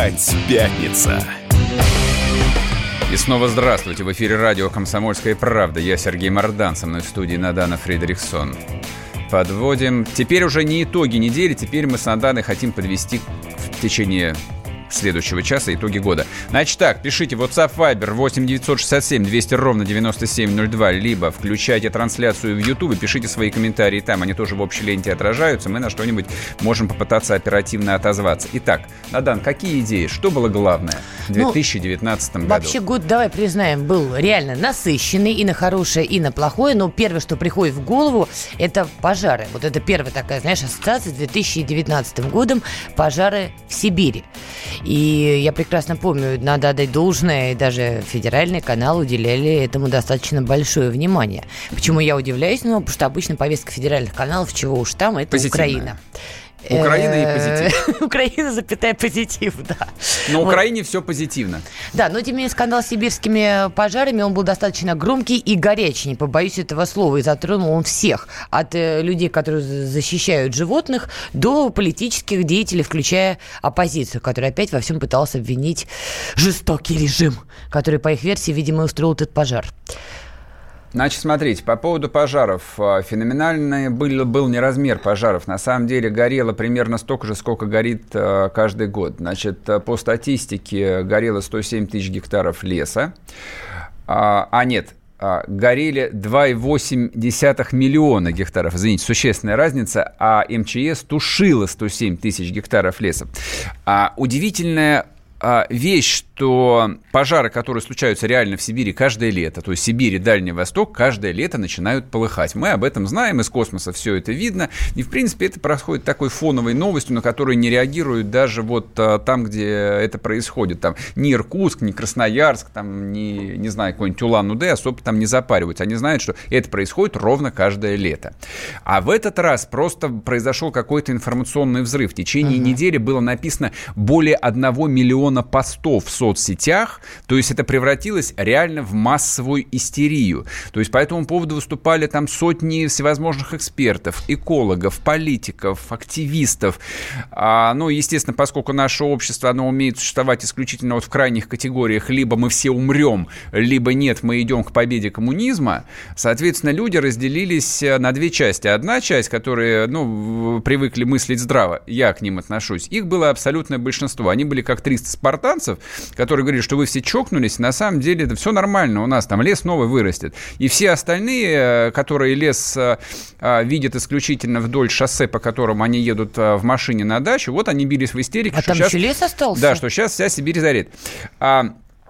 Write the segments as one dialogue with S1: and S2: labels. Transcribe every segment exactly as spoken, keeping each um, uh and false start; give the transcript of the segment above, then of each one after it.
S1: Опять пятница.
S2: И снова здравствуйте. В эфире радио «Комсомольская правда». Я Сергей Мордан, со мной в студии Надана Фридрихсон. Подводим. Теперь уже не итоги недели, теперь мы с Наданой хотим подвести в течение следующего часа итоги года. Значит так, пишите WhatsApp, Viber восемь девятьсот шестьдесят семь двести ровно девяносто семь ноль два, либо включайте трансляцию в YouTube, пишите свои комментарии там, они тоже в общей ленте отражаются, мы на что-нибудь можем попытаться оперативно отозваться. Итак, Надан, какие идеи, что было главное в две тысячи девятнадцатом
S3: ну,
S2: году?
S3: Вообще год, давай признаем, был реально насыщенный и на хорошее, и на плохое, но первое, что приходит в голову, это пожары. Вот это первая такая, знаешь, ассоциация с две тысячи девятнадцатым годом, пожары в Сибири. И я прекрасно помню, надо отдать должное, и даже федеральный канал уделяли этому достаточно большое внимание. Почему я удивляюсь? Ну, потому что обычно повестка федеральных каналов, чего уж там, это Украина.
S2: Украина и позитив.
S3: Украина, запятая, позитив, да.
S2: На Украине все позитивно.
S3: Да, но тем не менее скандал с сибирскими пожарами, он был достаточно громкий и горячий, не побоюсь этого слова, и затронул он всех. От э, людей, которые защищают животных, до политических деятелей, включая оппозицию, которая опять во всем пыталась обвинить жестокий режим, который, по их версии, видимо, устроил этот пожар.
S2: Значит, смотрите, по поводу пожаров. Феноменальный был, был не размер пожаров. На самом деле горело примерно столько же, сколько горит э, каждый год. Значит, по статистике горело сто семь тысяч гектаров леса. А, а нет, а, горели два целых восемь десятых миллиона гектаров. Извините, существенная разница. А эм че эс тушило сто семь тысяч гектаров леса. А, удивительная вещь, что пожары, которые случаются реально в Сибири каждое лето, то есть Сибирь и Дальний Восток каждое лето начинают полыхать. Мы об этом знаем, из космоса все это видно. И, в принципе, это происходит такой фоновой новостью, на которую не реагируют даже вот там, где это происходит. Там ни Иркутск, ни Красноярск, там, ни, не знаю, какой-нибудь Улан-Удэ особо там не запариваются. Они знают, что это происходит ровно каждое лето. А в этот раз просто произошел какой-то информационный взрыв. В течение uh-huh. недели было написано более одного миллиона постов в соцсетях, то есть это превратилось реально в массовую истерию. То есть по этому поводу выступали там сотни всевозможных экспертов, экологов, политиков, активистов. А, ну, естественно, поскольку наше общество, оно умеет существовать исключительно вот в крайних категориях, либо мы все умрем, либо нет, мы идем к победе коммунизма, соответственно, люди разделились на две части. Одна часть, которые, ну, привыкли мыслить здраво, я к ним отношусь, их было абсолютное большинство. Они были как триста спартанцев, которые говорили, что вы все чокнулись, на самом деле это все нормально, у нас там лес новый вырастет. И все остальные, которые лес а, видят исключительно вдоль шоссе, по которому они едут а, в машине на дачу, вот они бились в истерике.
S3: А там
S2: сейчас,
S3: еще лес остался?
S2: Да, что сейчас вся Сибирь зарит. А,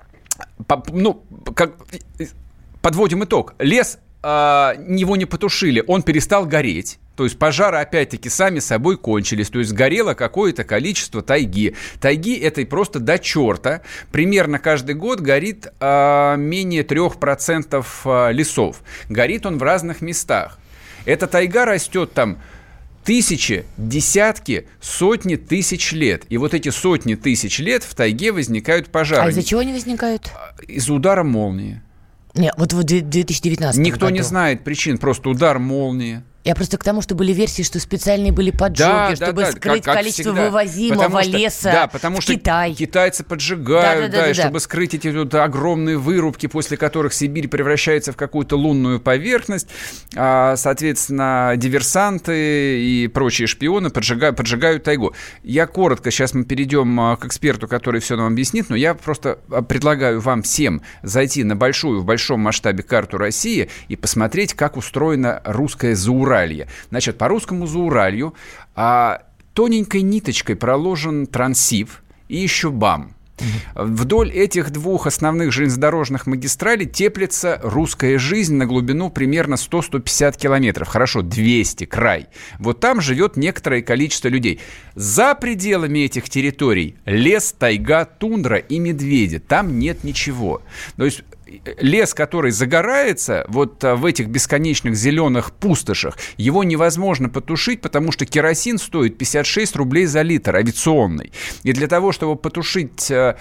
S2: по, ну, как, подводим итог. Лес, а, его не потушили, он перестал гореть. То есть пожары, опять-таки, сами собой кончились. То есть сгорело какое-то количество тайги. Тайги этой просто до черта. Примерно каждый год горит э, менее трех процентов э, лесов. Горит он в разных местах. Эта тайга растет там тысячи, десятки, сотни тысяч лет. И вот эти сотни тысяч лет в тайге возникают пожары.
S3: А из-за чего они возникают?
S2: Из-за удара молнии.
S3: Нет, вот в две тысячи девятнадцатом
S2: Никто
S3: году.
S2: не знает причин, просто удар молнии.
S3: Я просто к тому, что были версии, что специальные были поджоги,
S2: да,
S3: чтобы
S2: да, да,
S3: скрыть
S2: как, как
S3: количество
S2: всегда.
S3: вывозимого
S2: потому что,
S3: леса
S2: да, потому
S3: в
S2: что
S3: Китай.
S2: Китайцы поджигают, да, да, да,
S3: да,
S2: и
S3: да,
S2: чтобы
S3: да.
S2: скрыть эти вот огромные вырубки, после которых Сибирь превращается в какую-то лунную поверхность. А, соответственно, диверсанты и прочие шпионы поджигают, поджигают тайгу. Я коротко, сейчас мы перейдем к эксперту, который все нам объяснит, но я просто предлагаю вам всем зайти на большую, в большом масштабе карту России и посмотреть, как устроено русское Зауралье. Значит, по русскому Зауралью а, тоненькой ниточкой проложен Транссиб и еще БАМ. Угу. Вдоль этих двух основных железнодорожных магистралей теплится русская жизнь на глубину примерно сто - сто пятьдесят километров. Хорошо, двести, край. Вот там живет некоторое количество людей. За пределами этих территорий лес, тайга, тундра и медведи. Там нет ничего. То есть лес, который загорается вот в этих бесконечных зеленых пустошах, его невозможно потушить, потому что керосин стоит пятьдесят шесть рублей за литр, авиационный. И для того, чтобы потушить э,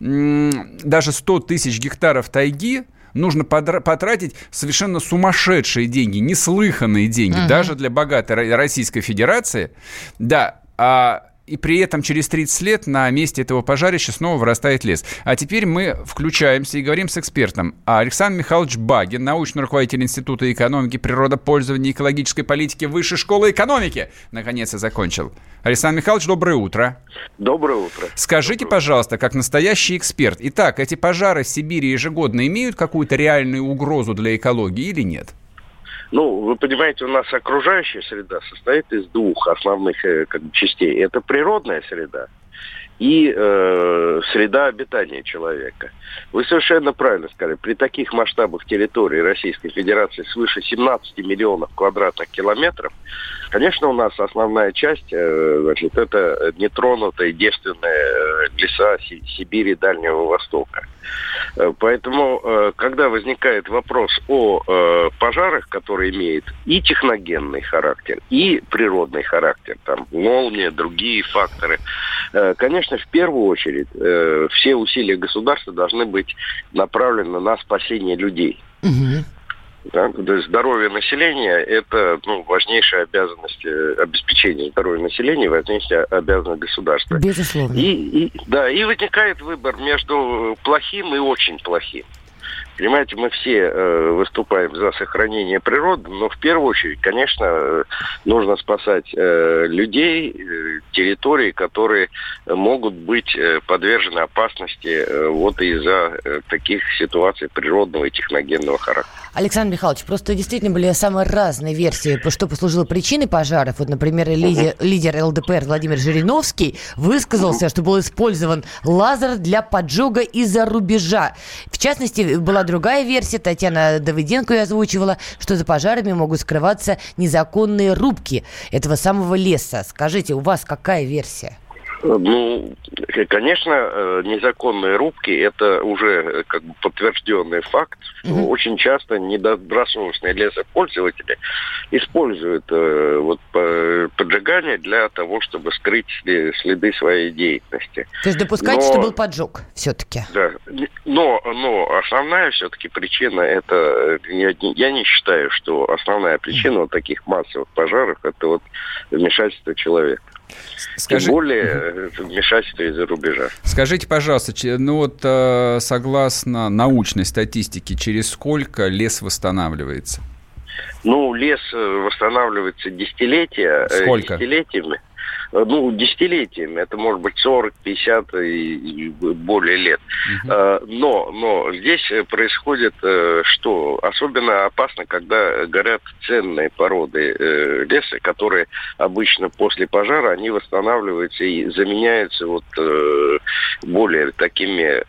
S2: м- даже сто тысяч гектаров тайги, нужно подра- потратить совершенно сумасшедшие деньги, неслыханные деньги, uh-huh. даже для богатой Российской Федерации. Да, а и при этом через тридцать лет на месте этого пожарища снова вырастает лес. А теперь мы включаемся и говорим с экспертом. Александр Михайлович Багин, научный руководитель Института экономики, природопользования и экологической политики Высшей школы экономики. Наконец я закончил. Александр Михайлович, доброе утро.
S1: Доброе утро.
S2: Скажите,
S1: доброе
S2: пожалуйста, как настоящий эксперт, итак, эти пожары в Сибири ежегодно имеют какую-то реальную угрозу для экологии или нет?
S1: Ну, вы понимаете, у нас окружающая среда состоит из двух основных э, как бы, частей. Это природная среда и э, среда обитания человека. Вы совершенно правильно сказали. При таких масштабах территории Российской Федерации свыше семнадцати миллионов квадратных километров, конечно, у нас основная часть, э, значит, это нетронутые девственные леса Сибири, Дальнего Востока. Поэтому, когда возникает вопрос о пожарах, которые имеют и техногенный характер, и природный характер, там, молния, другие факторы, конечно, в первую очередь все усилия государства должны быть направлены на спасение людей. Угу. Да, то есть здоровье населения – это ну, важнейшая обязанность, обеспечения здоровья населения, важнейшая обязанность государства.
S3: Безусловно.
S1: И, и, да, и возникает выбор между плохим и очень плохим. Понимаете, мы все э, выступаем за сохранение природы, но в первую очередь, конечно, э, нужно спасать э, людей, э, территории, которые могут быть э, подвержены опасности э, вот из-за э, таких ситуаций природного и техногенного характера.
S3: Александр Михайлович, просто действительно были самые разные версии, что послужило причиной пожаров. Вот, например, лидер, uh-huh. лидер эл дэ пэ эр Владимир Жириновский высказался, uh-huh. что был использован лазер для поджога из-за рубежа. В частности, была другая версия, Татьяна Давыденко ее озвучивала, что за пожарами могут скрываться незаконные рубки этого самого леса. Скажите, у вас какая версия?
S1: Ну, конечно, незаконные рубки – это уже как бы подтвержденный факт, что mm-hmm. очень часто недобросовестные лесопользователи используют э, вот, поджигание для того, чтобы скрыть следы своей деятельности.
S3: То есть допускаете, но, что был поджог все-таки?
S1: Да, но, но основная все-таки причина – это, я, я не считаю, что основная причина mm-hmm. вот таких массовых пожаров – это вот вмешательство человека. Скажи... Тем более вмешательство из-за рубежа.
S2: Скажите, пожалуйста, ну вот согласно научной статистике, через сколько лес восстанавливается?
S1: Ну, лес восстанавливается десятилетия.
S2: Сколько?
S1: Десятилетиями. Ну, десятилетиями, это может быть сорок, пятьдесят и более лет. Uh-huh. Но, но здесь происходит что? Особенно опасно, когда горят ценные породы леса, которые обычно после пожара, они восстанавливаются и заменяются вот более такими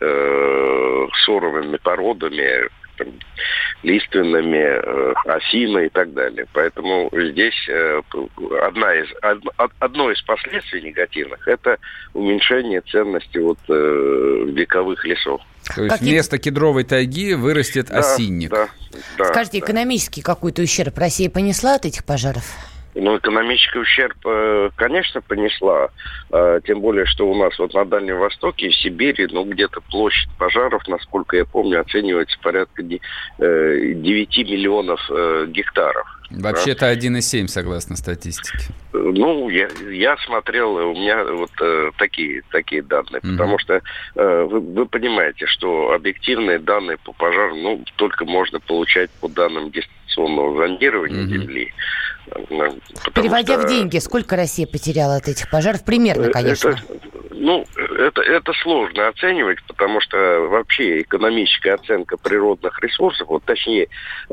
S1: соровыми породами, там, лиственными, э, осиной и так далее. Поэтому здесь э, одна из, од, одно из последствий негативных – это уменьшение ценности вот, э, вековых лесов.
S2: То есть Какие... вместо кедровой тайги вырастет да, осинник.
S1: Да, да,
S3: Скажите,
S1: да.
S3: экономический какой-то ущерб Россия понесла от этих пожаров?
S1: Ну, экономический ущерб, конечно, понесла. Тем более, что у нас вот на Дальнем Востоке, в Сибири, ну, где-то площадь пожаров, насколько я помню, оценивается порядка девяти миллионов гектаров.
S2: Вообще-то да? один и семь, согласно статистике.
S1: Ну, я, я смотрел, у меня вот э, такие, такие данные, mm-hmm. потому что э, вы, вы понимаете, что объективные данные по пожарам, ну, только можно получать по данным дистанционного зондирования mm-hmm. Земли.
S3: Переводя
S1: что,
S3: в деньги, сколько Россия потеряла от этих пожаров? Примерно, конечно.
S1: Это, ну, это, это сложно оценивать, потому что вообще экономическая оценка природных ресурсов, вот точнее,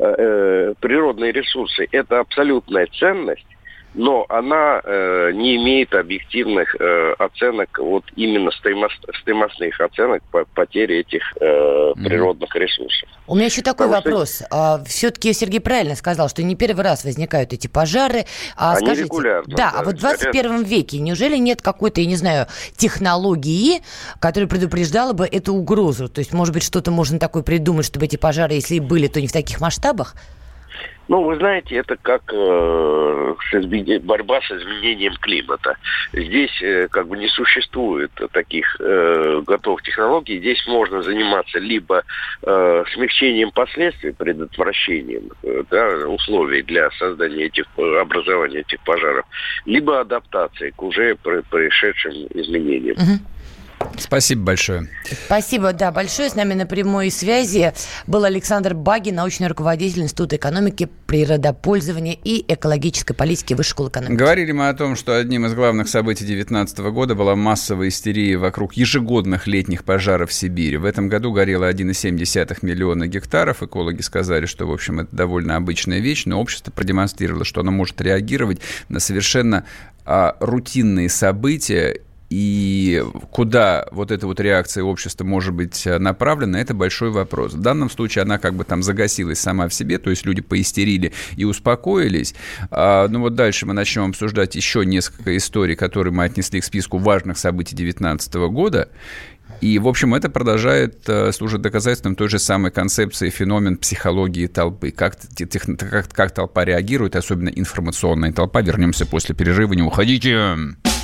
S1: э, природные ресурсы – это абсолютная ценность, но она э, не имеет объективных э, оценок, вот именно стоимост, стоимостных оценок по потере этих э, mm-hmm. природных ресурсов.
S3: У меня еще такой Потому вопрос. Что... А, все-таки Сергей правильно сказал, что не первый раз возникают эти пожары. А,
S1: Они
S3: скажите,
S1: регулярно.
S3: Да, да, а вот в двадцать первом веке неужели нет какой-то, я не знаю, технологии, которая предупреждала бы эту угрозу? То есть, может быть, что-то можно такое придумать, чтобы эти пожары, если и были, то не в таких масштабах?
S1: Ну, вы знаете, это как э, с измен... борьба с изменением климата. Здесь э, как бы не существует таких э, готовых технологий. Здесь можно заниматься либо э, смягчением последствий, предотвращением э, да, условий для создания этих, образования этих пожаров, либо адаптацией к уже происшедшим изменениям.
S3: Угу.
S2: Спасибо большое.
S3: Спасибо, да, большое. С нами на прямой связи был Александр Багин, научный руководитель Института экономики, природопользования и экологической политики Высшей школы экономики.
S2: Говорили мы о том, что одним из главных событий две тысячи девятнадцатого года была массовая истерия вокруг ежегодных летних пожаров в Сибири. В этом году горело один целых семь десятых миллиона гектаров. Экологи сказали, что, в общем, это довольно обычная вещь, но общество продемонстрировало, что оно может реагировать на совершенно а, рутинные события. И куда вот эта вот реакция общества может быть направлена, это большой вопрос. В данном случае она как бы там загасилась сама в себе, то есть люди поистерили и успокоились. А, ну вот дальше мы начнем обсуждать еще несколько историй, которые мы отнесли к списку важных событий две тысячи девятнадцатого года. И, в общем, это продолжает э, служить доказательством той же самой концепции феномен психологии толпы. Как, тех, как, как толпа реагирует, особенно информационная толпа. Вернемся после перерыва, не уходите.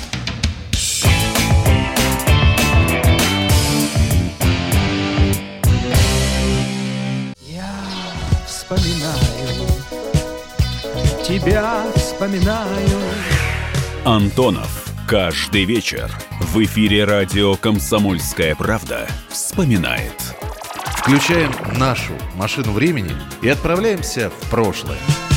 S4: Вспоминаю, тебя вспоминаю.
S5: Антонов. Каждый вечер в эфире радио «Комсомольская правда» вспоминает.
S6: Включаем нашу машину времени и отправляемся в прошлое.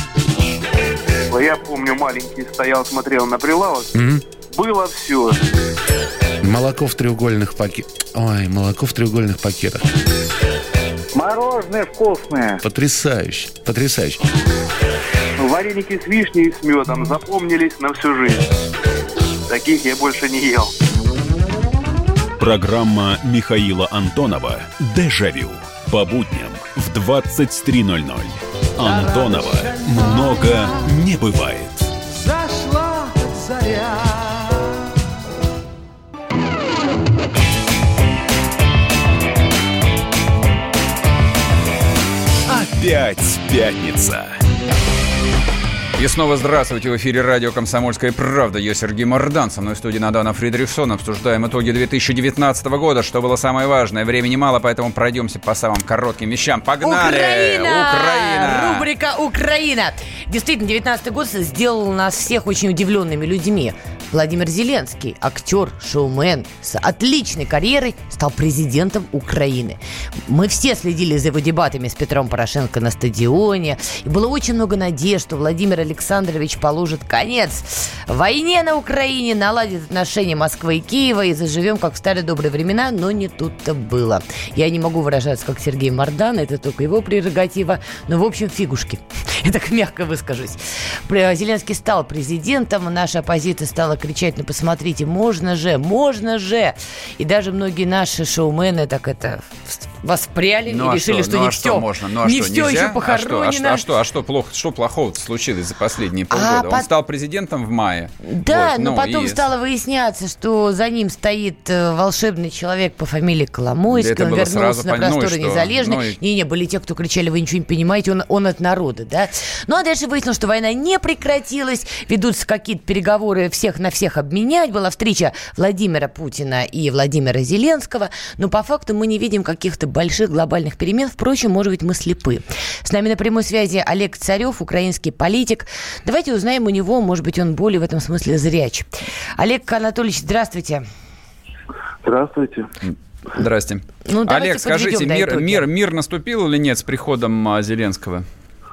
S7: Я помню, маленький стоял, смотрел на прилавок. Mm-hmm. Было все.
S6: Молоко в треугольных пакетах. Ой, молоко в треугольных пакетах.
S7: Мороженое вкусное.
S6: Потрясающе, потрясающе.
S7: Вареники с вишней и с медом запомнились на всю жизнь. Таких я больше не ел.
S5: Программа Михаила Антонова «Дежавю». По будням в двадцать три ноль ноль. Антонова много не бывает.
S4: Зашла заря.
S5: Опять пятница.
S2: И снова здравствуйте. В эфире радио «Комсомольская правда». Я Сергей Мордан. Со мной в студии Надана Фридрихсон. Обсуждаем итоги две тысячи девятнадцатого года. Что было самое важное. Времени мало, поэтому пройдемся по самым коротким вещам. Погнали!
S3: Украина!
S2: Украина!
S3: Рубрика «Украина». Действительно, девятнадцатый год сделал нас всех очень удивленными людьми. Владимир Зеленский, актер, шоумен с отличной карьерой, стал президентом Украины. Мы все следили за его дебатами с Петром Порошенко на стадионе. И было очень много надежд, что Владимир Александрович положит конец войне на Украине, наладит отношения Москвы и Киева и заживем, как в старые добрые времена, но не тут-то было. Я не могу выражаться, как Сергей Мордан, это только его прерогатива, но, в общем, фигушки. Я так мягко выскажусь. Зеленский стал президентом, наша оппозиция стала кричать: ну посмотрите, можно же, можно же. И даже многие наши шоумены так это воспряли ну, и а решили, что, что ну, не а все, что можно? Ну, а не что, все нельзя? Еще похоронено.
S2: А что, а что, а что, плохо, что плохого случилось за последние полгода? А, Он по... стал президентом в мае.
S3: Да, вот, но ну, потом
S2: и...
S3: стало выясняться, что за ним стоит волшебный человек по фамилии Коломойский. Да, он вернулся на просторы ну, Незалежной. Ну, и... Не-не, были те, кто кричали: вы ничего не понимаете, он, он от народа, да? Ну, а дальше выяснилось, что война не прекратилась, ведутся какие-то переговоры всех на всех обменять. Была встреча Владимира Путина и Владимира Зеленского, но по факту мы не видим каких-то больших глобальных перемен. Впрочем, может быть, мы слепы. С нами на прямой связи Олег Царев, украинский политик. Давайте узнаем у него, может быть, он более в этом смысле зряч. Олег Анатольевич, здравствуйте.
S7: Здравствуйте.
S2: Здрасте. Ну, Олег, скажите, мир, мир, мир наступил или нет с приходом а, Зеленского?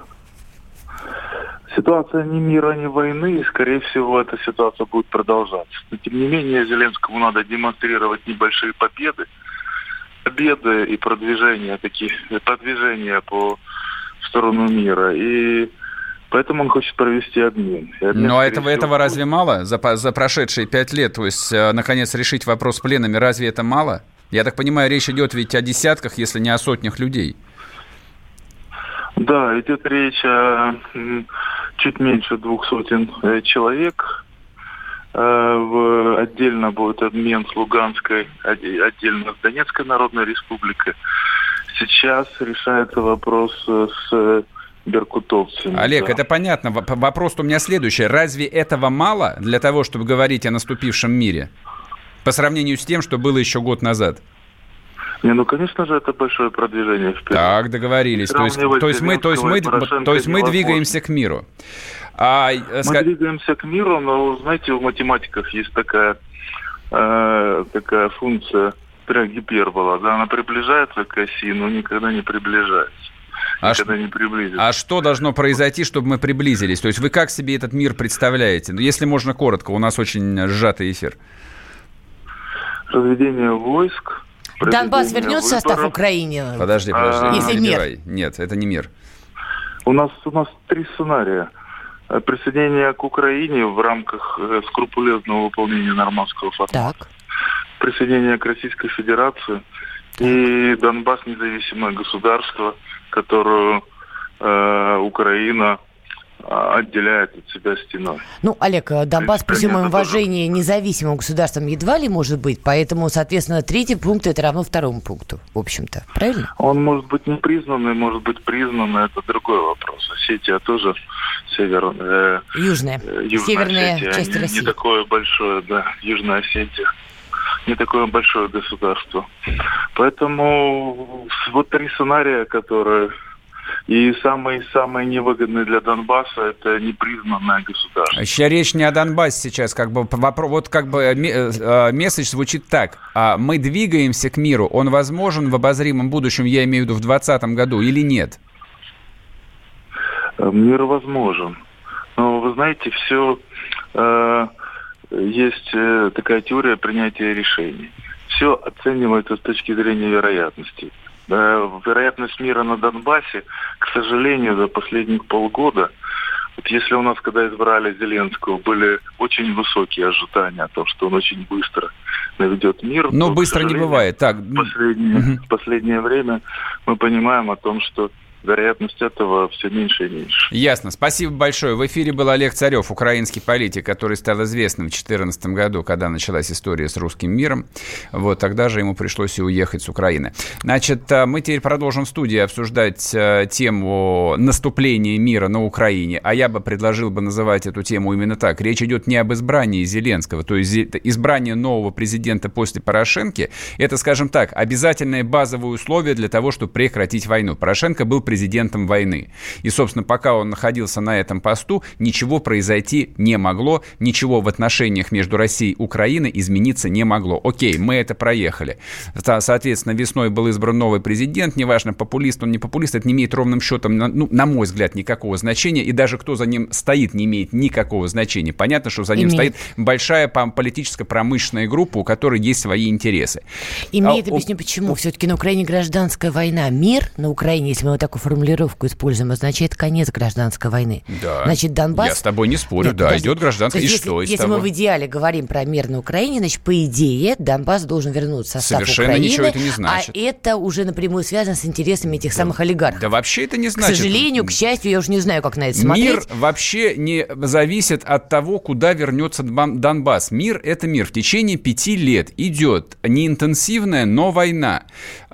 S7: Ситуация ни мира, ни войны, и, скорее всего, эта ситуация будет продолжаться. Но, тем не менее, Зеленскому надо демонстрировать небольшие победы, победы и продвижение, такие, продвижение по в сторону мира. И поэтому он хочет провести обмен. обмен
S2: Но этого, всего... этого разве мало за, за прошедшие пять лет? То есть, наконец, решить вопрос с пленами, разве это мало? Я так понимаю, речь идет ведь о десятках, если не о сотнях людей.
S7: Да, идет речь о чуть меньше двух сотен человек. В, отдельно будет обмен с Луганской, отдельно с Донецкой Народной Республикой. Сейчас решается вопрос с беркутовцами.
S2: Олег,
S7: да.
S2: это понятно. Вопрос у меня следующий. Разве этого мало для того, чтобы говорить о наступившем мире? По сравнению с тем, что было еще год назад.
S7: Не, ну, конечно же, это большое продвижение вперед.
S2: Так, договорились. То есть, то есть мы, то есть мы, то есть мы двигаемся к миру. А,
S7: мы
S2: ска...
S7: двигаемся к миру, но, знаете, в математиках есть такая, э, такая функция гипербола. Да, она приближается к оси, но никогда не приближается.
S2: А,
S7: никогда
S2: ш...
S7: не приблизится.
S2: а что должно произойти, чтобы мы приблизились? То есть вы как себе этот мир представляете? Ну, если можно коротко, у нас очень сжатый эфир.
S7: Разведение войск.
S3: Донбасс вернет в состав Украине?
S2: Подожди, подожди.
S3: А, если мир.
S2: Нет, это не мир.
S7: У нас, у нас три сценария. Присоединение к Украине в рамках скрупулезного выполнения нормандского формата. Так. Присоединение к Российской Федерации. Так. И Донбасс независимое государство, которую э, Украина отделяет от себя стеной.
S3: Ну, Олег, Донбасс, при всем моем уважении, независимым государством едва ли может быть, поэтому, соответственно, третий пункт это равно второму пункту, в общем-то. Правильно?
S7: Он может быть не признанный, может быть признанный, это другой вопрос. Осетия тоже север... Э,
S3: Южная.
S7: Э, Южная
S3: Северная
S7: Осетия,
S3: часть
S7: не,
S3: России.
S7: Не такое большое, да, Южная Осетия. Не такое большое государство. Поэтому вот три сценария, которые... И самый, самый невыгодный для Донбасса – это непризнанное государство.
S2: Сейчас речь не о Донбассе сейчас. Как бы, вопрос, вот как бы месседж звучит так. Мы двигаемся к миру. Он возможен в обозримом будущем, я имею в виду в двадцатом году, или нет?
S7: Мир возможен. Но вы знаете, все... Э, есть э, такая теория принятия решений. Все оценивается с точки зрения вероятности. Вероятность мира на Донбассе, к сожалению, за последние полгода, вот если у нас, когда избрали Зеленского, были очень высокие ожидания о том, что он очень быстро наведет мир.
S2: Но быстро не бывает. Так.
S7: В последнее, угу. в последнее время мы понимаем о том, что вероятность этого все меньше и меньше.
S2: Ясно. Спасибо большое. В эфире был Олег Царев, украинский политик, который стал известным в две тысячи четырнадцатом году, когда началась история с русским миром. Вот тогда же ему пришлось и уехать с Украины. Значит, мы теперь продолжим в студии обсуждать тему наступления мира на Украине. А я бы предложил бы называть эту тему именно так. Речь идет не об избрании Зеленского, то есть избрание нового президента после Порошенки. Это, скажем так, обязательное базовое условие для того, чтобы прекратить войну. Порошенко был президентом войны. И, собственно, пока он находился на этом посту, ничего произойти не могло, ничего в отношениях между Россией и Украиной измениться не могло. Окей, мы это проехали. Соответственно, весной был избран новый президент, неважно, популист он, не популист, это не имеет ровным счетом, ну, на мой взгляд, никакого значения, и даже кто за ним стоит, не имеет никакого значения. Понятно, что за ним имеет. Стоит большая политическо-промышленная группа, у которой есть свои интересы.
S3: Имеет,
S2: а,
S3: объясню, почему. Все-таки на Украине гражданская война. Мир на Украине, если мы вот такую формулировку используем, означает конец гражданской войны.
S2: Да.
S3: Значит, Донбасс...
S2: Я с тобой не спорю, Нет, да, подожди. Идет гражданская... И
S3: если,
S2: что из
S3: Если
S2: того?
S3: мы в идеале говорим про мир на Украине, значит, по идее, Донбасс должен вернуться в состав
S2: Совершенно
S3: Украины.
S2: Ничего это не значит.
S3: А это уже напрямую связано с интересами этих
S2: да.
S3: самых олигархов.
S2: Да вообще это не значит.
S3: К сожалению, к счастью, я уже не знаю, как на это смотреть.
S2: Мир вообще не зависит от того, куда вернется Донбасс. Мир – это мир. В течение пяти лет идет не интенсивная, но война.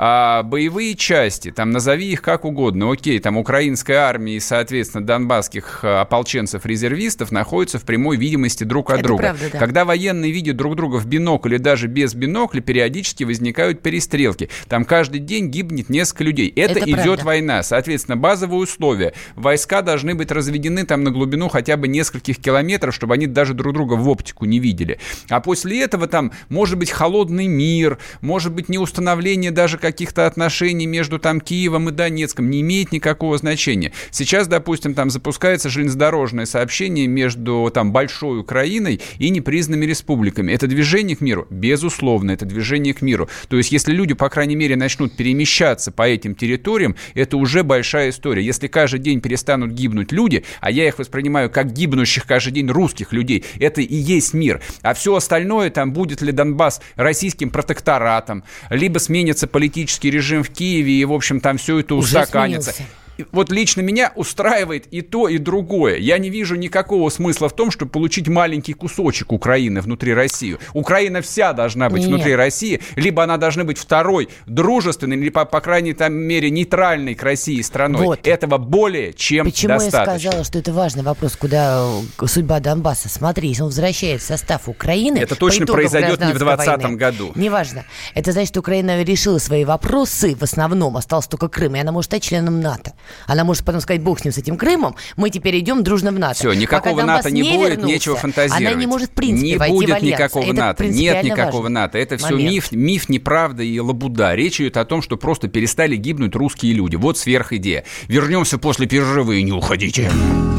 S2: А боевые части, там назови их как угодно, окей, там украинская армия и, соответственно, донбасских ополченцев-резервистов находятся в прямой видимости друг от
S3: это
S2: друга.
S3: Правда, да.
S2: Когда военные видят друг друга в бинокль или даже без бинокля, периодически возникают перестрелки. Там каждый день гибнет несколько людей. Это, это идет правда. Война. Соответственно, базовые условия. Войска должны быть разведены там на глубину хотя бы нескольких километров, чтобы они даже друг друга в оптику не видели. А после этого там может быть холодный мир, может быть неустановление даже каких-то отношений между там Киевом и Донецком. Не имеет никакого значения. Сейчас, допустим, там запускается железнодорожное сообщение между там большой Украиной и непризнанными республиками. Это движение к миру? Безусловно, это движение к миру. То есть, если люди, по крайней мере, начнут перемещаться по этим территориям, это уже большая история. Если каждый день перестанут гибнуть люди, а я их воспринимаю как гибнущих каждый день русских людей, это и есть мир. А все остальное, там, будет ли Донбасс российским протекторатом, либо сменится политический режим в Киеве, и, в общем, там все это устаканится. вот лично меня устраивает и то, и другое. Я не вижу никакого смысла в том, чтобы получить маленький кусочек Украины внутри России. Украина вся должна быть Нет. внутри России, либо она должна быть второй, дружественной, либо, по крайней там, мере, нейтральной к России страной. Вот. Этого более чем
S3: Почему
S2: достаточно.
S3: Почему я сказала, что это важный вопрос, куда судьба Донбасса? Смотри, если он возвращает в состав Украины...
S2: Это точно произойдет не в двадцатом году.
S3: Неважно. Это значит, что Украина решила свои вопросы в основном, остался только Крым, и она может стать членом НАТО. Она может потом сказать, бог с ним, с этим Крымом, мы теперь идем дружно в НАТО.
S2: Все, никакого НАТО не, не будет, вернулся, нечего фантазировать.
S3: Она не может, в принципе,
S2: не
S3: войти
S2: будет
S3: в альянс.
S2: никакого
S3: это
S2: НАТО. Нет никакого НАТО. Это все миф, миф, неправда и лабуда. Речь идет о том, что просто перестали гибнуть русские люди. Вот сверхидея. Вернемся после перерыва и не уходите.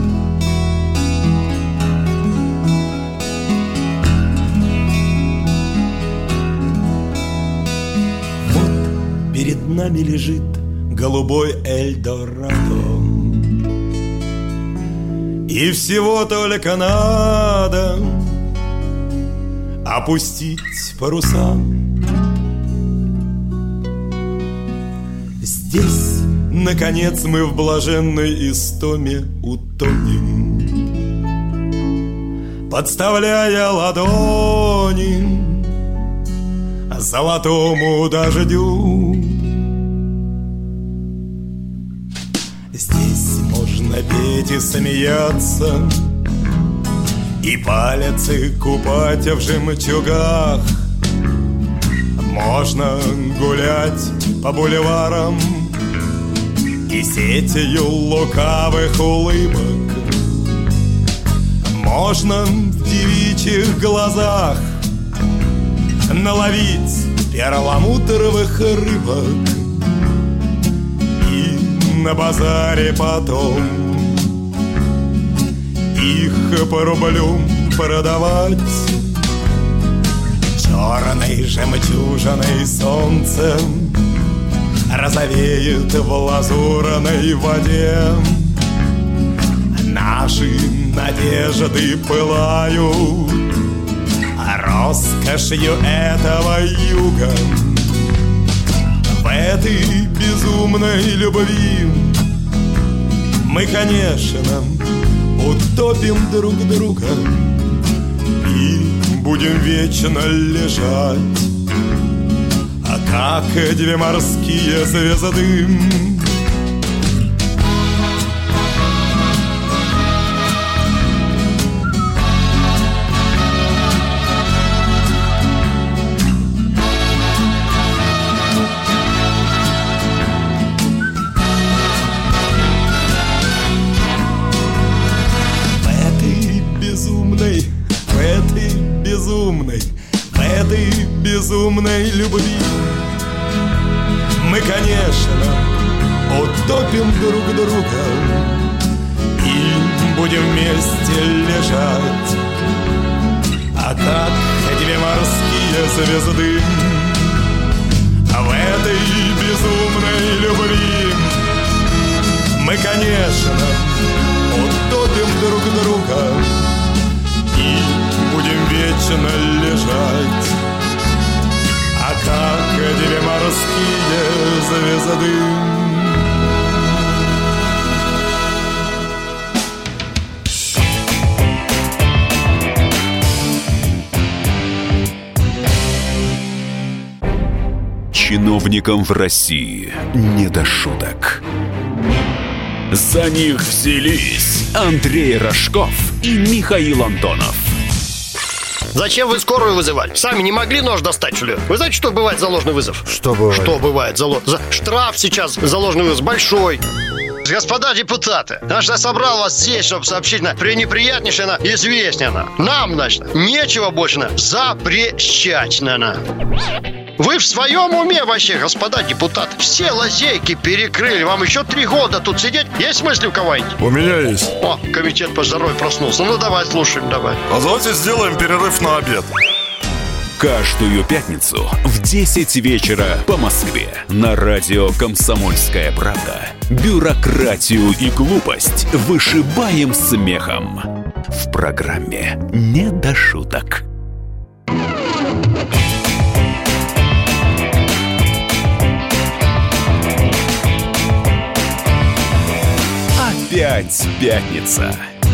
S8: Вот перед нами лежит голубой Эльдорадо, и всего только надо опустить паруса. Здесь, наконец, мы в блаженной истоме утонем, подставляя ладони золотому дождю. Здесь можно петь и смеяться, и пальцы купать в жемчугах. Можно гулять по бульварам и сетью лукавых улыбок. Можно в девичьих глазах наловить перламутровых рыбок и на базаре потом их по рублю продавать. Черной жемчужиной солнцем розовеет в лазурной воде. Наши надежды пылают роскошью этого юга. В этой безумной любви мы, конечно, утопим друг друга и будем вечно лежать, а как две морские звезды. Безумной любви мы, конечно, утопим друг друга и будем вместе лежать, а как две морские звезды. В этой безумной любви мы, конечно, утопим друг друга и будем вечно лежать, а как две морские звезды.
S5: Чиновникам в России не до шуток. За них взялись Андрей Рожков и Михаил Антонов.
S9: Зачем вы скорую вызывали? Сами не могли нож достать, что ли? Вы знаете, что бывает за ложный вызов?
S10: Что бывает?
S9: Что бывает за ложный вызов? Штраф сейчас за ложный вызов большой. Господа депутаты, я собрал вас здесь, чтобы сообщить на пренеприятнейшее, на известнее. Нам, значит, нечего больше на запрещать, на. Вы в своем уме вообще, господа депутаты? Все лазейки перекрыли. Вам еще три года тут сидеть? Есть мысли у кого-нибудь?
S10: У меня есть.
S9: О, комитет по здоровью проснулся. Ну, давай, слушаем, давай.
S10: А давайте сделаем перерыв на обед.
S5: Каждую пятницу в десять вечера по Москве на радио «Комсомольская правда» бюрократию и глупость вышибаем смехом. В программе «Не до шуток». Опять пятница.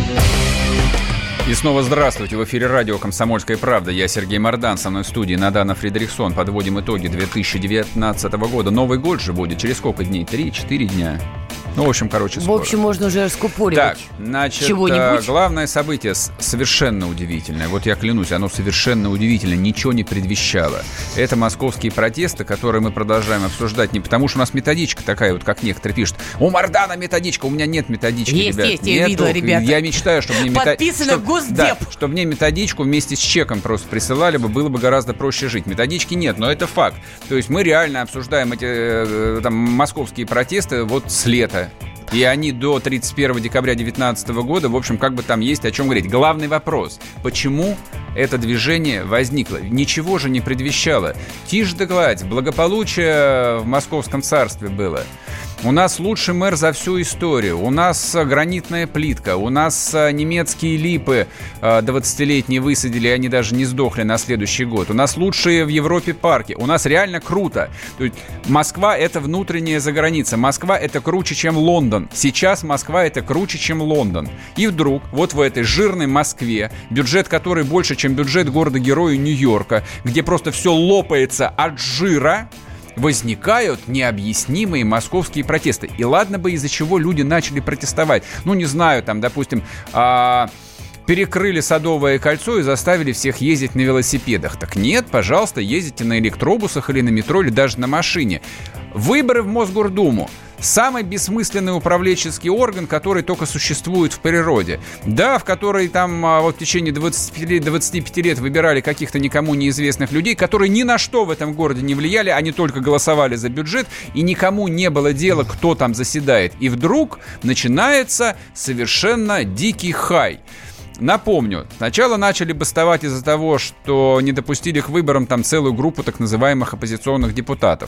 S2: И снова здравствуйте. В эфире радио «Комсомольская правда». Я Сергей Мордан. Со мной в студии Надана Фридрихсон. Подводим итоги две тысячи девятнадцатого года. Новый год же будет через сколько дней? Три-четыре дня. Ну, в общем, короче, скоро.
S3: В общем, можно уже раскупоривать.
S2: Так, значит,
S3: чего-нибудь.
S2: Главное событие совершенно удивительное. Вот я клянусь, оно совершенно удивительное, ничего не предвещало. Это московские протесты, которые мы продолжаем обсуждать не потому, что у нас методичка такая, вот как некоторые пишут. У Мардана методичка, у меня нет методички,
S3: есть,
S2: ребят.
S3: Есть, я видела, ребята.
S2: Я мечтаю, чтобы мне методичку...
S3: Подписано в Госдеп.
S2: Да, чтобы мне методичку вместе с чеком просто присылали бы, было бы гораздо проще жить. Методички нет, но это факт. То есть мы реально обсуждаем эти там, московские протесты вот с лета. И они до тридцать первого декабря две тысячи девятнадцатого года, в общем, как бы там есть о чем говорить. Главный вопрос, почему это движение возникло? Ничего же не предвещало. Тишь да гладь, благополучие в Московском царстве было. У нас лучший мэр за всю историю. У нас гранитная плитка. У нас немецкие липы двадцатилетние высадили, и они даже не сдохли на следующий год. У нас лучшие в Европе парки. У нас реально круто. То есть Москва — это внутренняя заграница. Москва — это круче, чем Лондон. Сейчас Москва — это круче, чем Лондон. И вдруг вот в этой жирной Москве, бюджет которой больше, чем бюджет города-героя Нью-Йорка, где просто все лопается от жира, возникают необъяснимые московские протесты. И ладно бы, из-за чего люди начали протестовать. Ну, не знаю, там, допустим, а... перекрыли Садовое кольцо и заставили всех ездить на велосипедах. Так нет, пожалуйста, ездите на электробусах или на метро, или даже на машине. Выборы в Мосгордуму. Самый бессмысленный управленческий орган, который только существует в природе. Да, в которой там вот в течение двадцати пяти лет выбирали каких-то никому неизвестных людей, которые ни на что в этом городе не влияли, они только голосовали за бюджет, и никому не было дела, кто там заседает. И вдруг начинается совершенно дикий хай. Напомню, сначала начали бастовать из-за того, что не допустили к выборам там целую группу так называемых оппозиционных депутатов.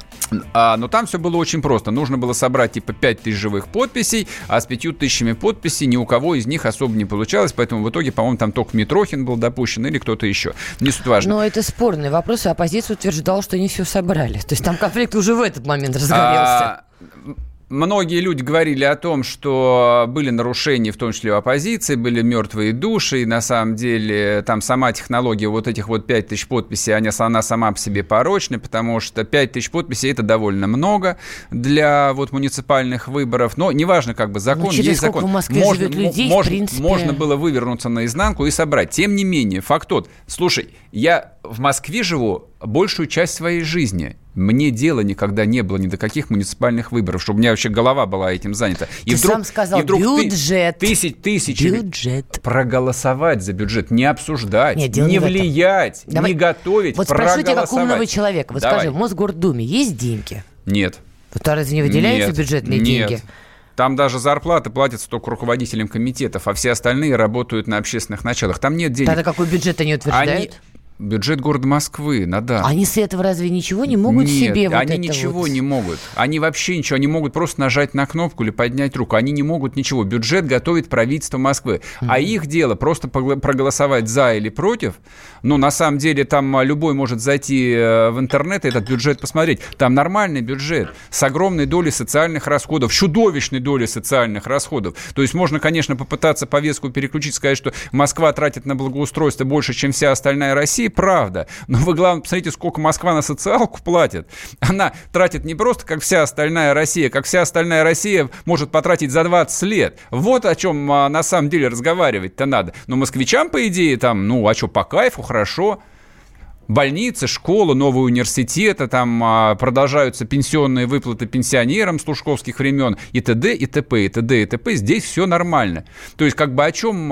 S2: А, но там все было очень просто. Нужно было собрать типа пять тысяч живых подписей, а с пятью тысячами подписей ни у кого из них особо не получалось, поэтому в итоге, по-моему, там только Митрохин был допущен или кто-то еще. Не суть важно.
S3: Но это спорный вопрос, и оппозиция утверждала, что они все собрали. То есть там конфликт уже в этот момент разгорелся.
S2: А... Многие люди говорили о том, что были нарушения, в том числе у оппозиции, были мертвые души, и на самом деле там сама технология вот этих вот пять тысяч подписей, она, она сама по себе порочна, потому что пять тысяч подписей — это довольно много для вот муниципальных выборов, но неважно, как бы закон, ну, есть закон.
S3: В Москве
S2: можно,
S3: живет людей,
S2: можно,
S3: в принципе...
S2: можно было вывернуться наизнанку и собрать. Тем не менее, факт тот, слушай, я в Москве живу большую часть своей жизни. Мне дела никогда не было ни до каких муниципальных выборов, чтобы у меня вообще голова была этим занята. И
S3: Ты
S2: вдруг,
S3: сам сказал,
S2: и вдруг
S3: бюджет.
S2: Тысяч, тысячи
S3: бюджет.
S2: Проголосовать за бюджет, не обсуждать,
S3: Нет,
S2: не влиять,
S3: Давай.
S2: не готовить,
S3: вот
S2: проголосовать.
S3: Вот спрошу тебя, как умного человека. Вот
S2: Давай.
S3: скажи, в Мосгордуме есть деньги?
S2: Нет.
S3: Вот разве не выделяются
S2: Нет.
S3: бюджетные
S2: Нет.
S3: деньги?
S2: Там даже зарплаты платятся только руководителям комитетов, а все остальные работают на общественных началах. Там нет денег.
S3: Тогда какой бюджет они утверждают?
S2: Они... Бюджет города Москвы, Надо.
S3: Они с этого разве ничего не могут
S2: Нет,
S3: себе вот
S2: они
S3: это
S2: ничего
S3: вот?
S2: не могут. Они вообще ничего. Они могут просто нажать на кнопку или поднять руку. Они не могут ничего. Бюджет готовит правительство Москвы. Mm-hmm. А их дело просто проголосовать за или против. Ну, на самом деле, там любой может зайти в интернет и этот бюджет посмотреть. Там нормальный бюджет с огромной долей социальных расходов, чудовищной долей социальных расходов. То есть можно, конечно, попытаться повестку переключить, сказать, что Москва тратит на благоустройство больше, чем вся остальная Россия. Правда. Но вы, главное, посмотрите, сколько Москва на социалку платит. Она тратит не просто, как вся остальная Россия, как вся остальная Россия может потратить за двадцать лет. Вот о чем а, на самом деле разговаривать-то надо. Но москвичам, по идее, там, ну, а что, по кайфу, хорошо. Больницы, школы, новые университеты, там а, продолжаются пенсионные выплаты пенсионерам с лужковских времен, и т.д., и т.п., и т.д., и т.п. Здесь все нормально. То есть, как бы о чем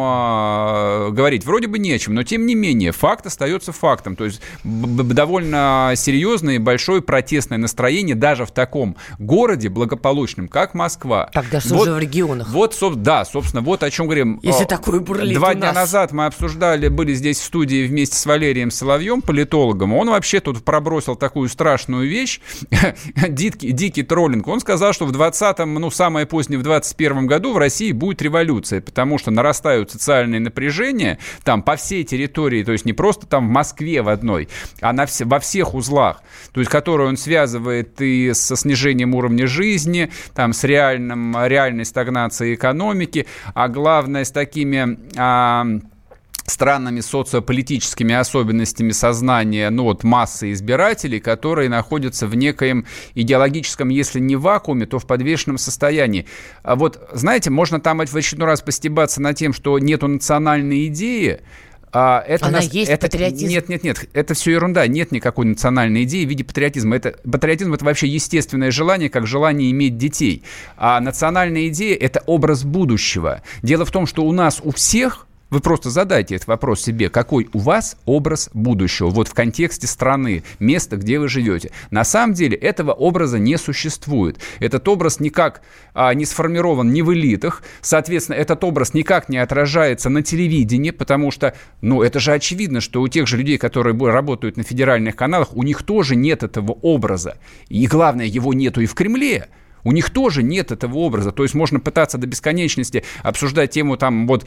S2: а, говорить? Вроде бы не о чем, но тем не менее, факт остается фактом. То есть, б- б- довольно серьезное и большое протестное настроение даже в таком городе благополучном, как Москва.
S3: Тогда что
S2: вот,
S3: же в регионах?
S2: Вот, да, собственно, вот о чем говорим.
S3: Если такое бурлит
S2: Два
S3: у
S2: дня
S3: нас.
S2: назад мы обсуждали, были здесь в студии вместе с Валерием Соловьем, политологом, он вообще тут пробросил такую страшную вещь, дикий, дикий троллинг. Он сказал, что в двадцатом, ну, самое позднее, в двадцать первом году в России будет революция, потому что нарастают социальные напряжения там по всей территории, то есть не просто там в Москве в одной, а на вс- во всех узлах, то есть которые он связывает и со снижением уровня жизни, там, с реальным, реальной стагнацией экономики, а главное, с такими... А, странными социополитическими особенностями сознания, ну, вот, массы избирателей, которые находятся в некоем идеологическом, если не вакууме, то в подвешенном состоянии. А вот, знаете, можно там в очередной раз постебаться над тем, что нету национальной идеи. А это
S3: Она
S2: нас,
S3: есть
S2: это,
S3: патриотизм?
S2: Нет, нет, нет, это все ерунда. Нет никакой национальной идеи в виде патриотизма. Это, патриотизм – это вообще естественное желание, как желание иметь детей. А национальная идея – это образ будущего. Дело в том, что у нас у всех... Вы просто задайте этот вопрос себе, какой у вас образ будущего, вот в контексте страны, места, где вы живете. На самом деле этого образа не существует. Этот образ никак а, не сформирован ни в элитах, соответственно, этот образ никак не отражается на телевидении, потому что, ну, это же очевидно, что у тех же людей, которые работают на федеральных каналах, у них тоже нет этого образа. И главное, его нету и в Кремле. У них тоже нет этого образа. То есть можно пытаться до бесконечности обсуждать тему там, вот,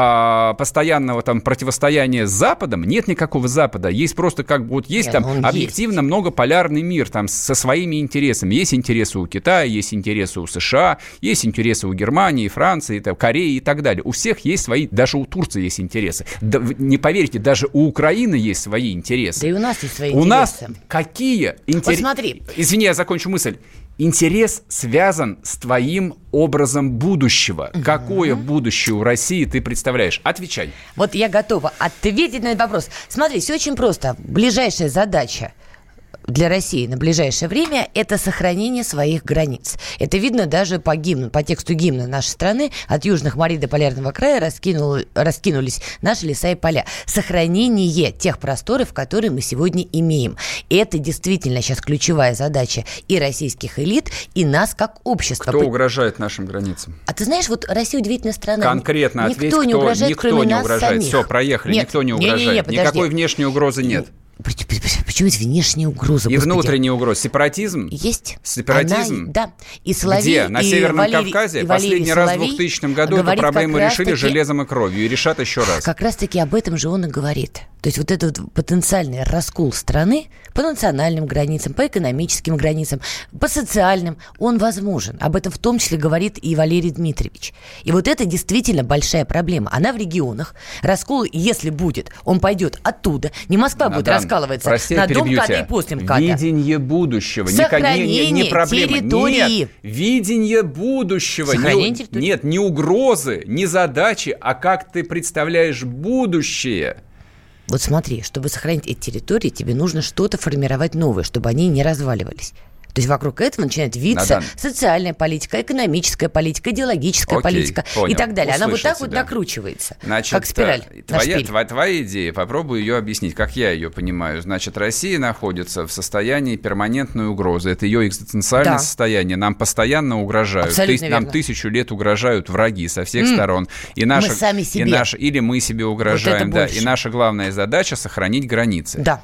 S2: а, постоянного там, противостояния с Западом. Нет никакого Запада. Есть просто как бы вот есть нет, там объективно есть. Многополярный мир там, со своими интересами. Есть интересы у Китая, есть интересы у США, есть интересы у Германии, Франции, там, Кореи и так далее. У всех есть свои, даже у Турции есть интересы. Да, не поверьте, даже у Украины есть свои интересы.
S3: Да и у нас есть свои
S2: у
S3: интересы.
S2: У нас какие интересы?
S3: Вот смотри.
S2: Извини, я закончу мысль. Интерес связан с твоим образом будущего. Угу. Какое будущее у России ты представляешь? Отвечай.
S3: Вот я готова ответить на этот вопрос. Смотри, все очень просто. Ближайшая задача для России на ближайшее время – это сохранение своих границ. Это видно даже по гимну, по тексту гимна нашей страны. От южных морей до полярного края раскинул, раскинулись наши леса и поля. Сохранение тех просторов, которые мы сегодня имеем. Это действительно сейчас ключевая задача и российских элит, и нас как общества.
S2: Кто угрожает нашим границам?
S3: А ты знаешь, вот Россия удивительная страна.
S2: Конкретно
S3: никто
S2: ответь,
S3: не
S2: кто,
S3: угрожает,
S2: никто
S3: кроме
S2: не
S3: нас
S2: угрожает.
S3: самих.
S2: Все, проехали,
S3: Нет,
S2: никто не
S3: не,
S2: угрожает.
S3: не, не,
S2: Никакой внешней угрозы нет.
S3: Почему это внешняя угроза?
S2: И
S3: Господи?
S2: внутренняя угроза. Сепаратизм?
S3: Есть.
S2: Сепаратизм?
S3: Она, да. И Соловей,
S2: где? На
S3: и
S2: Северном
S3: Валерий,
S2: Кавказе?
S3: И
S2: Последний раз в двухтысячном году эту проблему решили
S3: таки,
S2: железом и кровью. И решат еще раз.
S3: Как раз-таки об этом же он и говорит. То есть вот этот вот потенциальный раскол страны по национальным границам, по экономическим границам, по социальным, он возможен. Об этом в том числе говорит и Валерий Дмитриевич. И вот это действительно большая проблема. Она в регионах. Раскол, если будет, он пойдет оттуда. Не Москва
S2: Надан,
S3: будет раскалываться
S2: прости,
S3: на дом МКАДа и после МКАДа.
S2: Видение будущего.
S3: Сохранение
S2: не, не, не проблема.
S3: территории.
S2: Нет, видение будущего.
S3: Сохранение
S2: не,
S3: территории.
S2: Нет, не угрозы, не задачи, а как ты представляешь будущее.
S3: Вот смотри, чтобы сохранить эти территории, тебе нужно что-то формировать новое, чтобы они не разваливались. То есть вокруг этого начинает виться
S2: Надан.
S3: социальная политика, экономическая политика, идеологическая
S2: Окей,
S3: политика
S2: понял.
S3: и так далее. Она вот так
S2: Услышал
S3: вот
S2: тебя.
S3: накручивается,
S2: Значит,
S3: как спираль.
S2: Твоя, твоя, твоя идея, попробую ее объяснить, как я ее понимаю. Значит, Россия находится в состоянии перманентной угрозы. Это ее экзистенциальное
S3: да.
S2: состояние. Нам постоянно угрожают.
S3: Абсолютно
S2: Тыс, нам
S3: верно.
S2: тысячу лет угрожают враги со всех
S3: М.
S2: сторон. И наша,
S3: мы сами себе.
S2: И наша, или мы себе угрожаем.
S3: Вот
S2: да,
S3: больше.
S2: и наша главная задача — сохранить границы.
S3: Да.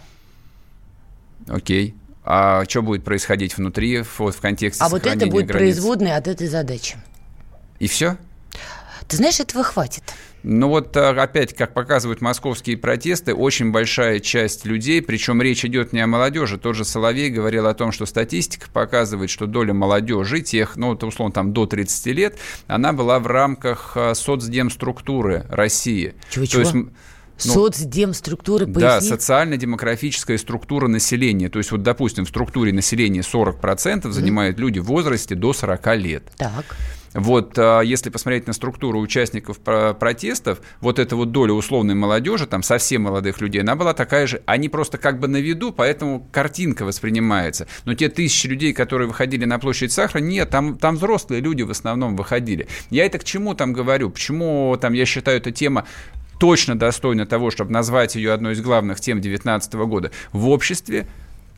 S2: Окей. А что будет происходить внутри, вот, в контексте
S3: А вот
S2: сохранения
S3: это будет
S2: границ?
S3: производной от этой задачи.
S2: И все?
S3: Ты знаешь, этого хватит.
S2: Ну вот опять, как показывают московские протесты, очень большая часть людей, причем речь идет не о молодежи. Тот же Соловей говорил о том, что статистика показывает, что доля молодежи, тех, ну, это условно, там до тридцати лет, она была в рамках соцдемструктуры России.
S3: Чего-чего?
S2: То есть, ну,
S3: соцдемструктуры, поясни.
S2: да, социально-демографическая структура населения. То есть, вот, допустим, в структуре населения сорок процентов занимают mm-hmm. люди в возрасте до сорока лет.
S3: Так.
S2: Вот, если посмотреть на структуру участников протестов, вот эта вот доля условной молодежи, там совсем молодых людей, она была такая же, они просто как бы на виду, поэтому картинка воспринимается. Но те тысячи людей, которые выходили на площадь Сахара, нет, там, там взрослые люди в основном выходили. Я это к чему там говорю? Почему там я считаю, эта тема точно достойна того, чтобы назвать ее одной из главных тем две тысячи девятнадцатого года? В обществе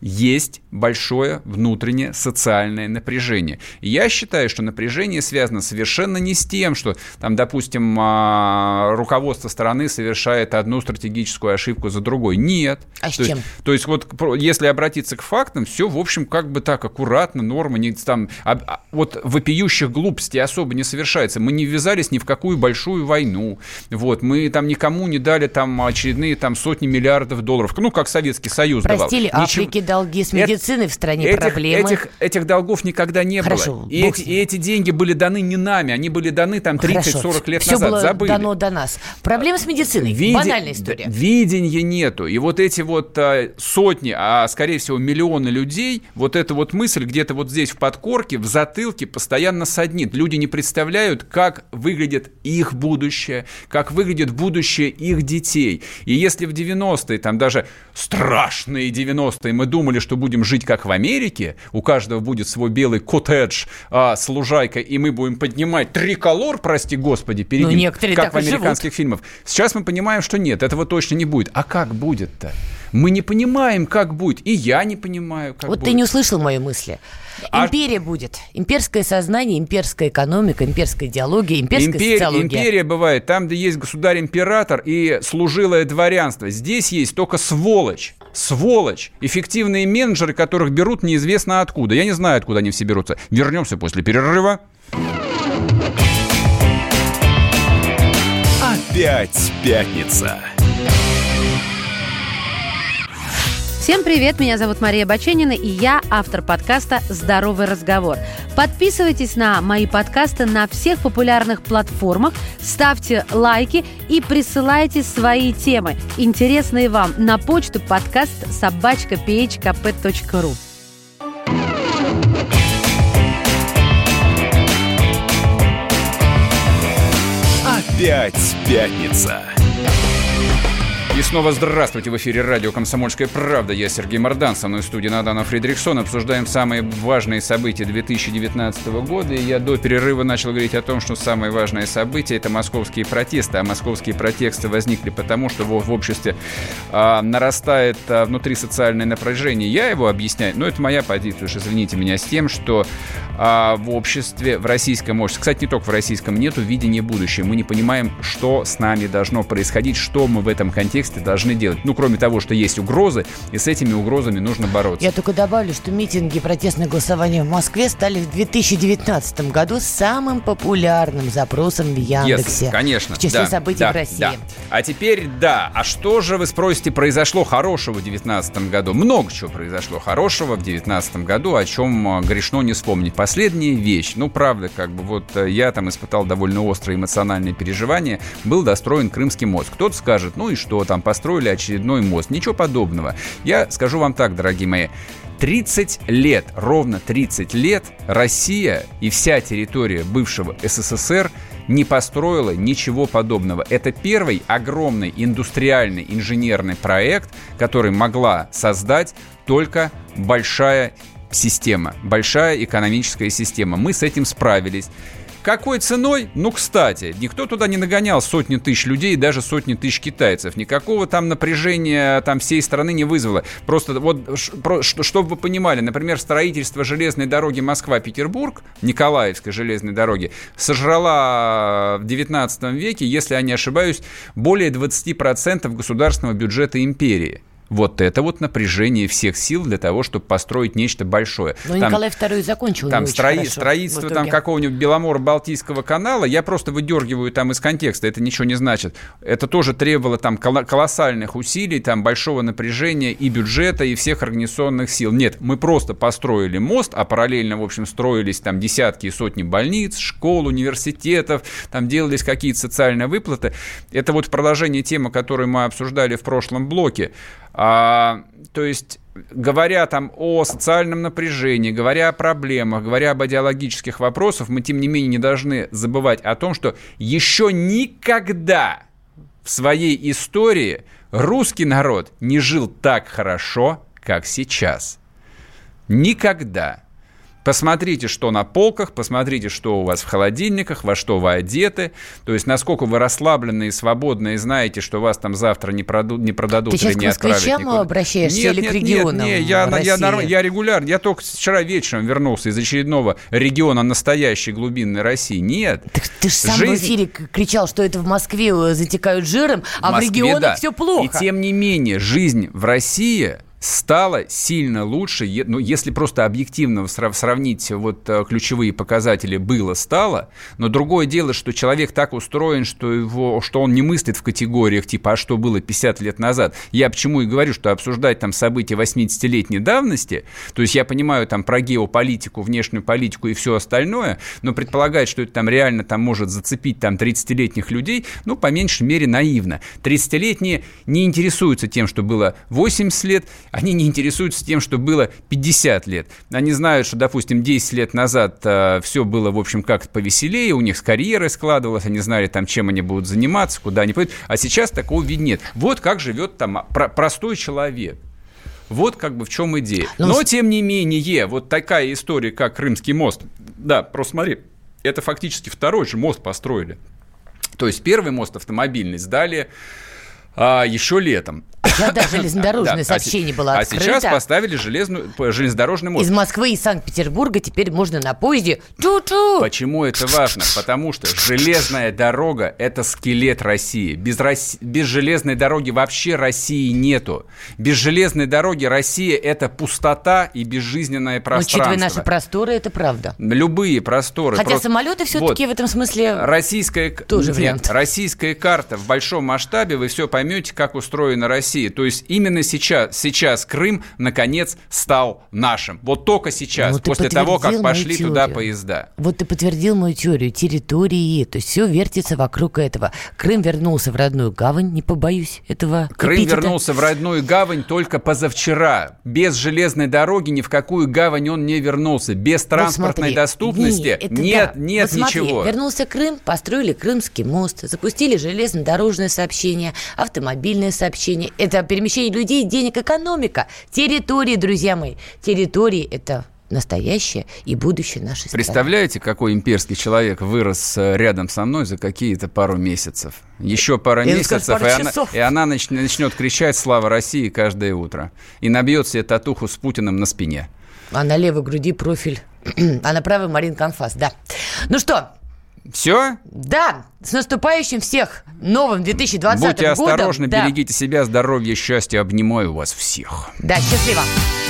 S2: есть большое внутреннее социальное напряжение. И я считаю, что напряжение связано совершенно не с тем, что, там, допустим, руководство страны совершает одну стратегическую ошибку за другой. Нет.
S3: А с
S2: то
S3: чем?
S2: Есть, то есть, вот, если обратиться к фактам, все, в общем, как бы так аккуратно, норма, не, там, а, а, вот вопиющих глупостей особо не совершается. Мы не ввязались ни в какую большую войну. Вот, мы там никому не дали там очередные там, сотни миллиардов долларов. Ну, как Советский Союз давал.
S3: Простили Африке долги, с медициной в стране
S2: этих,
S3: проблемы.
S2: Этих, этих долгов никогда не
S3: Хорошо,
S2: было. И эти, и эти деньги были даны не нами, они были даны там тридцать-сорок лет
S3: Все
S2: назад.
S3: было
S2: Забыли.
S3: дано до нас. Проблема с медициной.
S2: Види...
S3: Банальная история.
S2: Видения нету. И вот эти вот а, сотни, а скорее всего миллионы людей, вот эта вот мысль где-то вот здесь в подкорке, в затылке постоянно саднит. Люди не представляют, как выглядит их будущее, как выглядит будущее их детей. И если в девяностые, там даже страшные девяностые, мы думали, что будем жить как в Америке, у каждого будет свой белый коттедж а, с лужайкой, и мы будем поднимать триколор, прости господи, перед
S3: ну,
S2: ним, как в американских
S3: живут.
S2: фильмах. Сейчас мы понимаем, что нет, этого точно не будет. А как будет-то? Мы не понимаем, как будет. И я не понимаю, как
S3: вот
S2: будет.
S3: Вот ты не услышал мои мысли. А... Империя будет. Имперское сознание, имперская экономика, имперская идеология, имперская
S2: Импер...
S3: социология.
S2: Империя бывает там, где есть государь-император и служилое дворянство. Здесь есть только сволочь. Сволочь. Эффективные менеджеры, которых берут неизвестно откуда. Я не знаю, откуда они все берутся. Вернемся после перерыва.
S5: Опять пятница.
S11: Всем привет, меня зовут Мария Баченина, и я автор подкаста «Здоровый разговор». Подписывайтесь на мои подкасты на всех популярных платформах, ставьте лайки и присылайте свои темы, интересные вам, на почту подкаст собачка пи эйч ка пэ точка ру.
S5: Опять пятница.
S2: И снова здравствуйте. В эфире радио «Комсомольская правда». Я Сергей Мордан. Со мной в студии Надана Фридрихсон. Обсуждаем самые важные события две тысячи девятнадцатого года. И я до перерыва начал говорить о том, что самое важное событие – это московские протесты. А московские протесты возникли потому, что в, в обществе а, нарастает а, внутри социальное напряжение. Я его объясняю, но это моя позиция, уж извините меня, с тем, что а, в обществе, в российском обществе, кстати, не только в российском, нету видения будущего. Мы не понимаем, что с нами должно происходить, что мы в этом контексте должны делать. Ну, кроме того, что есть угрозы, и с этими угрозами нужно бороться.
S3: Я только добавлю, что митинги и протестное голосование в Москве стали в две тысячи девятнадцатом году самым популярным запросом в Яндексе.
S2: Yes, конечно.
S3: В числе
S2: да,
S3: событий
S2: да,
S3: в России.
S2: Да. А теперь, да, а что же, вы спросите, произошло хорошего в девятнадцатом году? Много чего произошло хорошего в девятнадцатом году, о чем грешно не вспомнить. Последняя вещь, ну, правда, как бы вот я там испытал довольно острые эмоциональные переживания, был достроен Крымский мост. Кто-то скажет, ну и что, там построили очередной мост. Ничего подобного. Я скажу вам так, дорогие мои, тридцать лет, ровно тридцать лет Россия и вся территория бывшего эс эс эс эр не построила ничего подобного. Это первый огромный индустриальный инженерный проект, который могла создать только большая система, большая экономическая система. Мы с этим справились. Какой ценой? Ну, кстати, никто туда не нагонял сотни тысяч людей, даже сотни тысяч китайцев. Никакого там напряжения там всей страны не вызвало. Просто вот, чтобы вы понимали, например, строительство железной дороги Москва-Петербург, Николаевской железной дороги, сожрала в девятнадцатом веке, если я не ошибаюсь, более двадцать процентов государственного бюджета империи. Вот это вот напряжение всех сил для того, чтобы построить нечто большое.
S3: Но там, Николай второй закончил
S2: там
S3: не
S2: строи-
S3: очень
S2: строительство там какого-нибудь Беломоро-Балтийского канала, я просто выдергиваю там из контекста, это ничего не значит. Это тоже требовало там колоссальных усилий, там большого напряжения и бюджета, и всех организационных сил. Нет, мы просто построили мост, а параллельно, в общем, строились там десятки и сотни больниц, школ, университетов, там делались какие-то социальные выплаты. Это вот в продолжении темы, которую мы обсуждали в прошлом блоке. А, то есть, говоря там о социальном напряжении, говоря о проблемах, говоря об идеологических вопросах, мы, тем не менее, не должны забывать о том, что еще никогда в своей истории русский народ не жил так хорошо, как сейчас. Никогда. Посмотрите, что на полках, посмотрите, что у вас в холодильниках, во что вы одеты, то есть насколько вы расслаблены и свободны, и знаете, что вас там завтра не, проду, не продадут
S3: Ты
S2: или не отправят никуда. Ты сейчас к москвичам
S3: обращаешься
S2: нет,
S3: или
S2: нет,
S3: к регионам?
S2: Нет, нет, я, я, я, я регулярно, я только вчера вечером вернулся из очередного региона настоящей глубинной России. Нет.
S3: Так ты же сам
S2: Жизнь...
S3: в эфире кричал, что это в Москве затекают жиром, а в, Москве, в регионах да. все плохо.
S2: И тем не менее, жизнь в России... стало сильно лучше, ну, если просто объективно сравнить вот ключевые показатели было-стало, но другое дело, что человек так устроен, что, его, что он не мыслит в категориях типа, а что было пятьдесят лет назад. Я почему и говорю, что обсуждать там события восьмидесятилетней давности, то есть я понимаю там про геополитику, внешнюю политику и все остальное, но предполагать, что это там реально там может зацепить там тридцатилетних людей, ну, по меньшей мере, наивно. тридцатилетние не интересуются тем, что было восемьдесят лет, они не интересуются тем, что было пятьдесят лет. Они знают, что, допустим, десять лет назад э, все было, в общем, как-то повеселее, у них с карьерой складывалось, они знали, там, чем они будут заниматься, куда они пойдут, а сейчас такого вида нет. Вот как живет там про- простой человек. Вот как бы в чем идея. Но, Но, тем не менее, вот такая история, как Крымский мост, да, просто смотри, это фактически второй же мост построили. То есть первый мост автомобильный сдали а, еще летом.
S3: Да, да, железнодорожное да, сообщение
S2: а,
S3: было открыто.
S2: А сейчас поставили железную, железнодорожный мост.
S3: Из Москвы и Санкт-Петербурга теперь можно на поезде чу-чу.
S2: Почему это важно? Потому что железная дорога – это скелет России. Без, Росси... Без железной дороги вообще России нету. Без железной дороги Россия – это пустота и безжизненное пространство.
S3: Учитывая наши просторы, это правда.
S2: Любые просторы.
S3: Хотя
S2: просто...
S3: самолеты все-таки вот. В этом смысле
S2: российская...
S3: тоже
S2: Нет,
S3: вариант.
S2: Российская карта в большом масштабе, вы все поймете, как устроена Россия. То есть именно сейчас, сейчас Крым, наконец, стал нашим. Вот только сейчас, вот после того, как пошли туда поезда.
S3: Вот ты подтвердил мою теорию территории. То есть все вертится вокруг этого. Крым вернулся в родную гавань, не побоюсь этого
S2: Крым
S3: эпитета.
S2: вернулся в родную гавань только позавчера. Без железной дороги ни в какую гавань он не вернулся. Без транспортной вот доступности нет, нет, да. нет вот
S3: ничего.
S2: Смотри,
S3: вернулся Крым, построили Крымский мост, запустили железнодорожное сообщение, автомобильное сообщение. Это перемещение людей, денег, экономика. Территории, друзья мои. Территории – это настоящее и будущее нашей страны.
S2: Представляете, какой имперский человек вырос рядом со мной за какие-то пару месяцев? Еще пара
S3: Я
S2: месяцев,
S3: скажу, пару
S2: и, она, и она начнет, начнет кричать «Слава России» каждое утро. И набьет себе татуху с Путиным на спине.
S3: А на левой груди профиль, а на правой Марин Канфас, да. Ну что?
S2: Все?
S3: Да, с наступающим всех новым две тысячи двадцатым
S2: Будьте
S3: годом.
S2: Будьте осторожны,
S3: да.
S2: берегите себя, здоровья, счастья, обнимаю вас всех.
S3: Да, счастливо.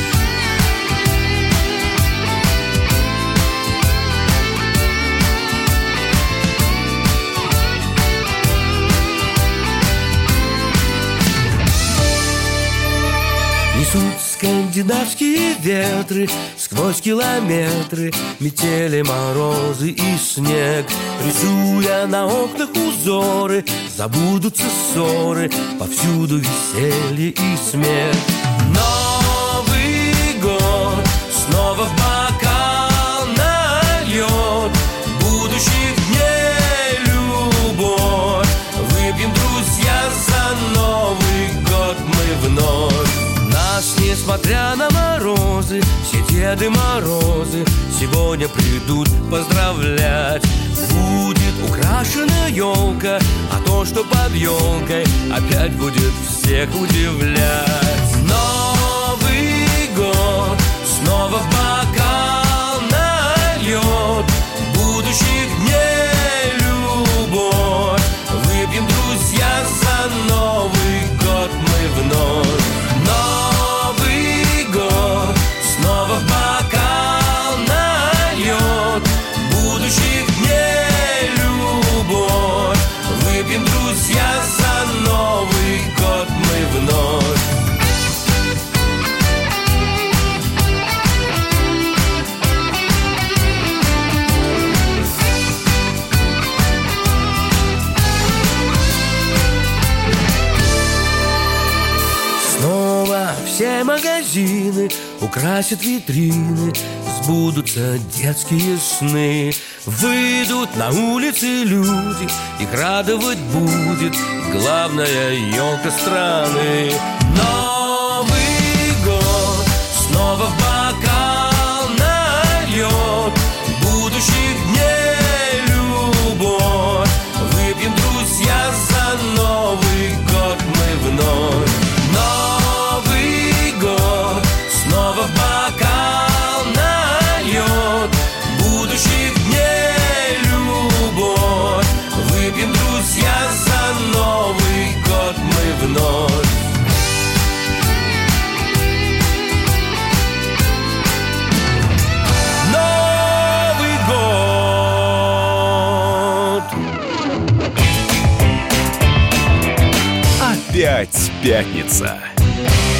S12: Несут скандинавские ветры сквозь километры, метели, морозы и снег. Рисуя на окнах узоры, забудутся ссоры, повсюду веселье и смех. Новый год снова в бокал нальет, будущих дней любовь. Выпьем, друзья, за Новый год мы вновь. Нас, несмотря на морозы, все Деды Морозы сегодня придут поздравлять. Будет украшена елка, а то, что под елкой, опять будет всех удивлять. Новый год снова в бокал нальет, будущих дней любовь. Выпьем, друзья, за Новый год мы вновь. Новый год снова в бокал нальет, будущих дней любовь. Выпьем, друзья, за Новый год мы вновь. Снова все магазины украсят витрины, сбудутся детские сны. Выйдут на улицы люди, их радовать будет главная елка страны. Новый год снова в бокал нальет,
S5: Опять пятница.